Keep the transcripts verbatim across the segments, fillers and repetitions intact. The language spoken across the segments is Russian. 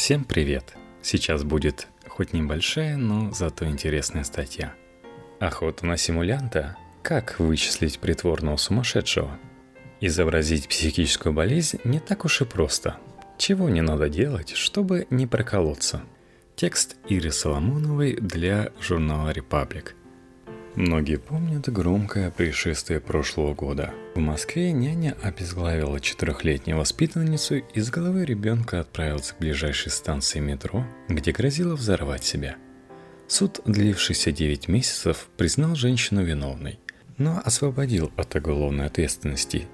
Всем привет! Сейчас будет хоть небольшая, но зато интересная статья. Охота на симулянта. Как вычислить притворного сумасшедшего? Изобразить психическую болезнь не так уж и просто. Чего не надо делать, чтобы не проколоться? Текст Иры Соломоновой для журнала «Репаблик». Многие помнят громкое происшествие прошлого года. В Москве няня обезглавила четырехлетнюю воспитанницу и с головой ребенка отправилась к ближайшей станции метро, где грозила взорвать себя. Суд, длившийся девять месяцев, признал женщину виновной, но освободил от уголовной ответственности.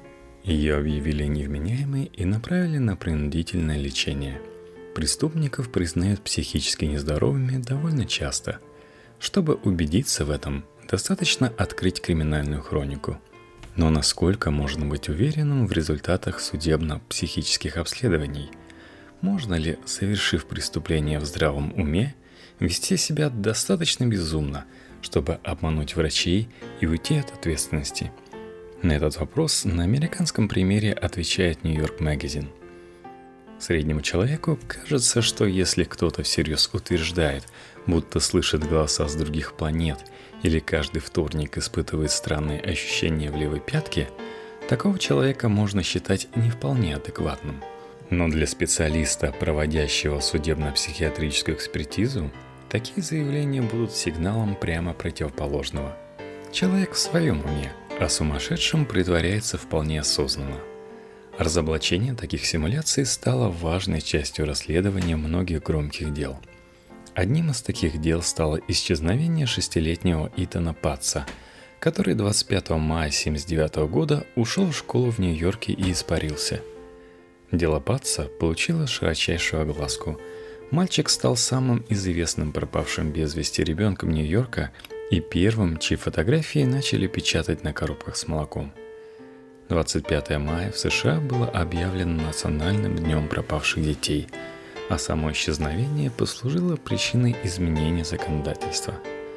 Ее объявили невменяемой и направили на принудительное лечение. Преступников признают психически нездоровыми довольно часто. Чтобы убедиться в этом, достаточно открыть криминальную хронику. Но насколько можно быть уверенным в результатах судебно-психических обследований? Можно ли, совершив преступление в здравом уме, вести себя достаточно безумно, чтобы обмануть врачей и уйти от ответственности? На этот вопрос на американском примере отвечает Нью-Йорк Magazine. Среднему человеку кажется, что если кто-то всерьез утверждает, будто слышит голоса с других планет или каждый вторник испытывает странные ощущения в левой пятке, такого человека можно считать не вполне адекватным. Но для специалиста, проводящего судебно-психиатрическую экспертизу, такие заявления будут сигналом прямо противоположного. Человек в своем уме, а сумасшедшим притворяется вполне осознанно. Разоблачение таких симуляций стало важной частью расследования многих громких дел. Одним из таких дел стало исчезновение шестилетнего Итана Патца, который двадцать пятого мая тысяча девятьсот семьдесят девятого года ушел в школу в Нью-Йорке и испарился. Дело Патца получило широчайшую огласку. Мальчик стал самым известным пропавшим без вести ребенком Нью-Йорка и первым, чьи фотографии начали печатать на коробках с молоком. двадцать пятого мая в США было объявлено Национальным днем пропавших детей, а само исчезновение послужило причиной изменения законодательства.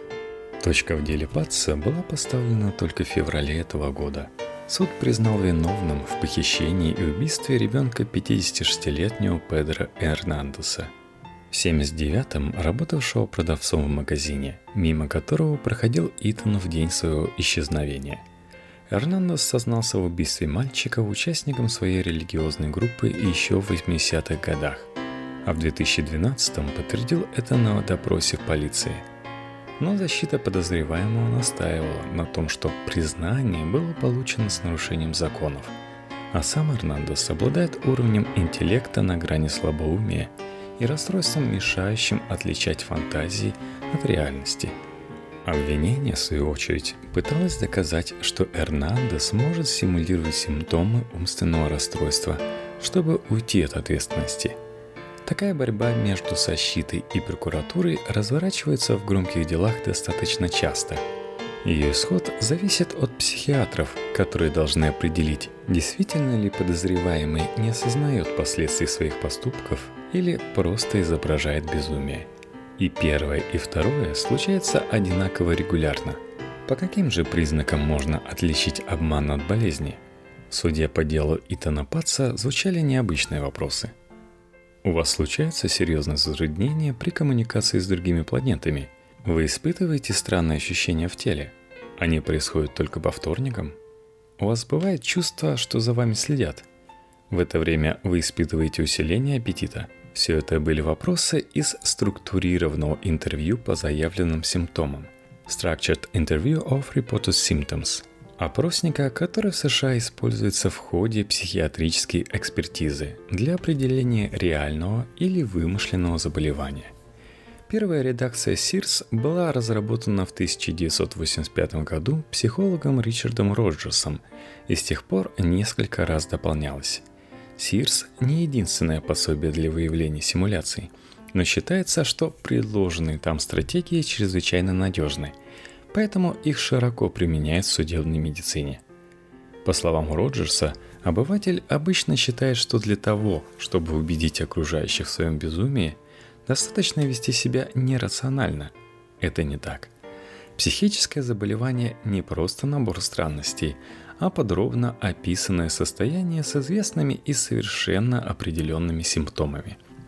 Точка в деле Патца была поставлена только в феврале этого года. Суд признал виновным в похищении и убийстве ребенка пятидесятишестилетнего Педро Эрнандеса, в семьдесят девятом работавшего продавцом в магазине, мимо которого проходил Итан в день своего исчезновения. Эрнандес сознался в убийстве мальчика участником своей религиозной группы еще в восьмидесятых годах, а в две тысячи двенадцатом подтвердил это на допросе в полиции. Но защита подозреваемого настаивала на том, что признание было получено с нарушением законов, а сам Эрнандес обладает уровнем интеллекта на грани слабоумия и расстройством, мешающим отличать фантазии от реальности. Обвинение, в свою очередь, пыталось доказать, что Эрнандес может симулировать симптомы умственного расстройства, чтобы уйти от ответственности. Такая борьба между защитой и прокуратурой разворачивается в громких делах достаточно часто. Ее исход зависит от психиатров, которые должны определить, действительно ли подозреваемый не осознает последствий своих поступков или просто изображает безумие. И первое, и второе случается одинаково регулярно. По каким же признакам можно отличить обман от болезни? В суде по делу Итана Патца звучали необычные вопросы. У вас случаются серьезные затруднения при коммуникации с другими планетами? Вы испытываете странные ощущения в теле? Они происходят только по вторникам? У вас бывает чувство, что за вами следят? В это время вы испытываете усиление аппетита? Все это были вопросы из структурированного интервью по заявленным симптомам Structured Interview of Reported Symptoms, опросника, который в США используется в ходе психиатрической экспертизы для определения реального или вымышленного заболевания. Первая редакция сирс была разработана в тысяча девятьсот восемьдесят пятом году психологом Ричардом Роджерсом и с тех пор несколько раз дополнялась. сирс не единственное пособие для выявления симуляций, но считается, что предложенные там стратегии чрезвычайно надежны, поэтому их широко применяют в судебной медицине. По словам Роджерса, обыватель обычно считает, что для того, чтобы убедить окружающих в своем безумии, достаточно вести себя нерационально. Это не так. Психическое заболевание не просто набор странностей, а подробно описанное состояние с известными и совершенно определенными симптомами.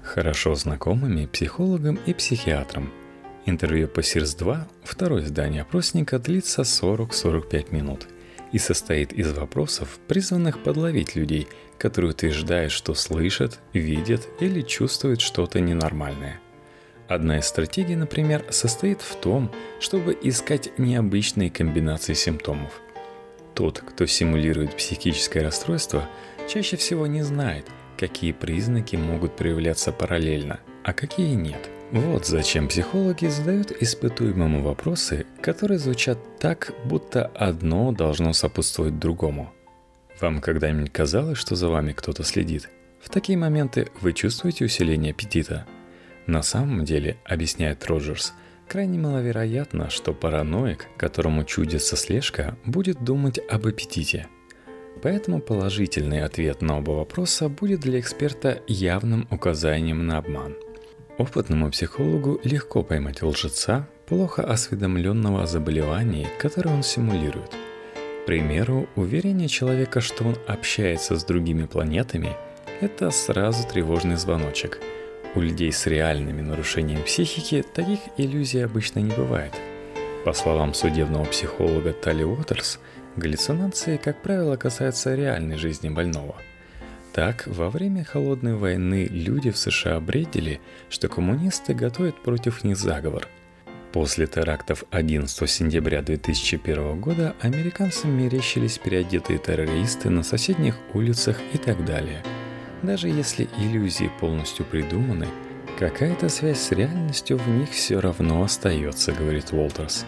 хорошо знакомыми психологам и психиатрам. Интервью по Сирс два, второе издание опросника, длится сорок-сорок пять минут и состоит из вопросов, призванных подловить людей, которые утверждают, что слышат, видят или чувствуют что-то ненормальное. Одна из стратегий, например, состоит в том, чтобы искать необычные комбинации симптомов. Тот, кто симулирует психическое расстройство, чаще всего не знает, какие признаки могут проявляться параллельно, а какие нет. Вот зачем психологи задают испытуемому вопросы, которые звучат так, будто одно должно сопутствовать другому. Вам когда-нибудь казалось, что за вами кто-то следит? В такие моменты вы чувствуете усиление аппетита? На самом деле, объясняет Роджерс, крайне маловероятно, что параноик, которому чудится слежка, будет думать об аппетите. Поэтому положительный ответ на оба вопроса будет для эксперта явным указанием на обман. Опытному психологу легко поймать лжеца, плохо осведомленного о заболевании, которое он симулирует. К примеру, уверение человека, что он общается с другими планетами, это сразу тревожный звоночек. У людей с реальными нарушениями психики таких иллюзий обычно не бывает. По словам судебного психолога Талли Уотерс, галлюцинации, как правило, касаются реальной жизни больного. Так, во время Холодной войны люди в США бредили, что коммунисты готовят против них заговор. После терактов одиннадцатого сентября две тысячи первого года американцам мерещились переодетые террористы на соседних улицах и так далее. Даже если иллюзии полностью придуманы, какая-то связь с реальностью в них все равно остается, говорит Уолтерс.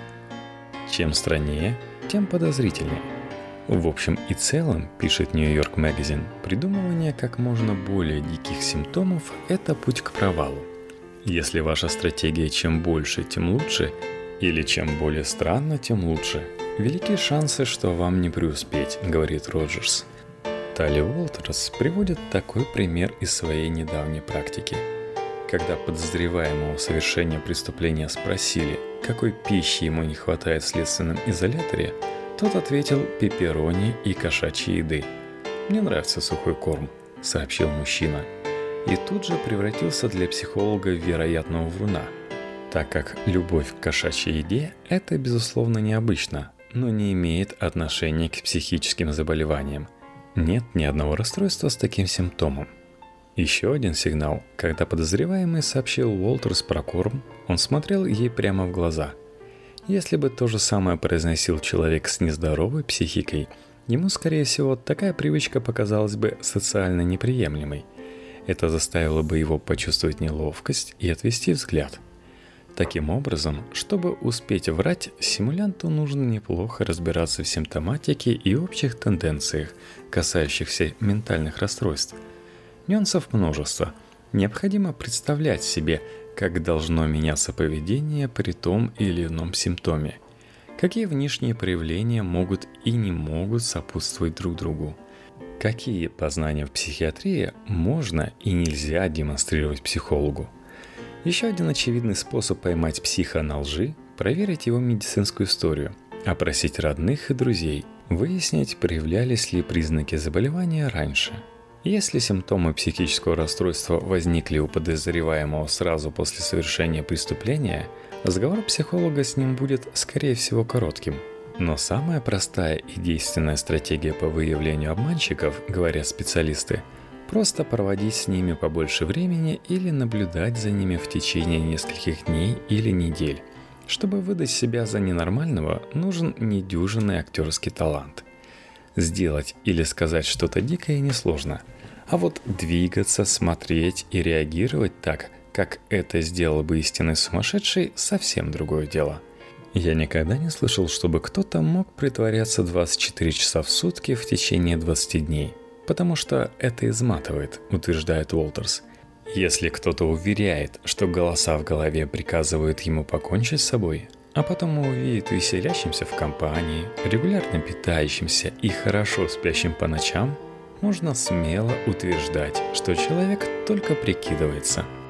Чем страннее, тем подозрительнее. В общем и целом, пишет Нью-Йорк Magazine, придумывание как можно более диких симптомов – это путь к провалу. Если ваша стратегия чем больше, тем лучше, или чем более странно, тем лучше, велики шансы, что вам не преуспеть, говорит Роджерс. Талли Уолтерс приводит такой пример из своей недавней практики. Когда подозреваемого в совершении преступления спросили, какой пищи ему не хватает в следственном изоляторе, тот ответил пепперони и кошачьей еды. «Мне нравится сухой корм», — сообщил мужчина. И тут же превратился для психолога в вероятного вруна, так как любовь к кошачьей еде – это, безусловно, необычно, но не имеет отношения к психическим заболеваниям. Нет ни одного расстройства с таким симптомом. Еще один сигнал, когда подозреваемый сообщил Уолтерс про корм, он смотрел ей прямо в глаза. Если бы то же самое произносил человек с нездоровой психикой, ему, скорее всего, такая привычка показалась бы социально неприемлемой. Это заставило бы его почувствовать неловкость и отвести взгляд. Таким образом, чтобы успеть врать, симулянту нужно неплохо разбираться в симптоматике и общих тенденциях, касающихся ментальных расстройств. Нюансов множество. Необходимо представлять себе, как должно меняться поведение при том или ином симптоме. Какие внешние проявления могут и не могут сопутствовать друг другу. Какие познания в психиатрии можно и нельзя демонстрировать психологу. Еще один очевидный способ поймать психа на лжи – проверить его медицинскую историю, опросить родных и друзей, выяснить, проявлялись ли признаки заболевания раньше. Если симптомы психического расстройства возникли у подозреваемого сразу после совершения преступления, разговор психолога с ним будет, скорее всего, коротким. Но самая простая и действенная стратегия по выявлению обманщиков, говорят специалисты, просто проводить с ними побольше времени или наблюдать за ними в течение нескольких дней или недель. Чтобы выдать себя за ненормального, нужен недюжинный актерский талант. Сделать или сказать что-то дикое несложно, а вот двигаться, смотреть и реагировать так, как это сделал бы истинный сумасшедший, совсем другое дело. Я никогда не слышал, чтобы кто-то мог притворяться двадцать четыре часа в сутки в течение двадцати дней, потому что это изматывает, утверждает Уолтерс. Если кто-то уверяет, что голоса в голове приказывают ему покончить с собой, а потом его увидит веселящимся в компании, регулярно питающимся и хорошо спящим по ночам, можно смело утверждать, что человек только прикидывается.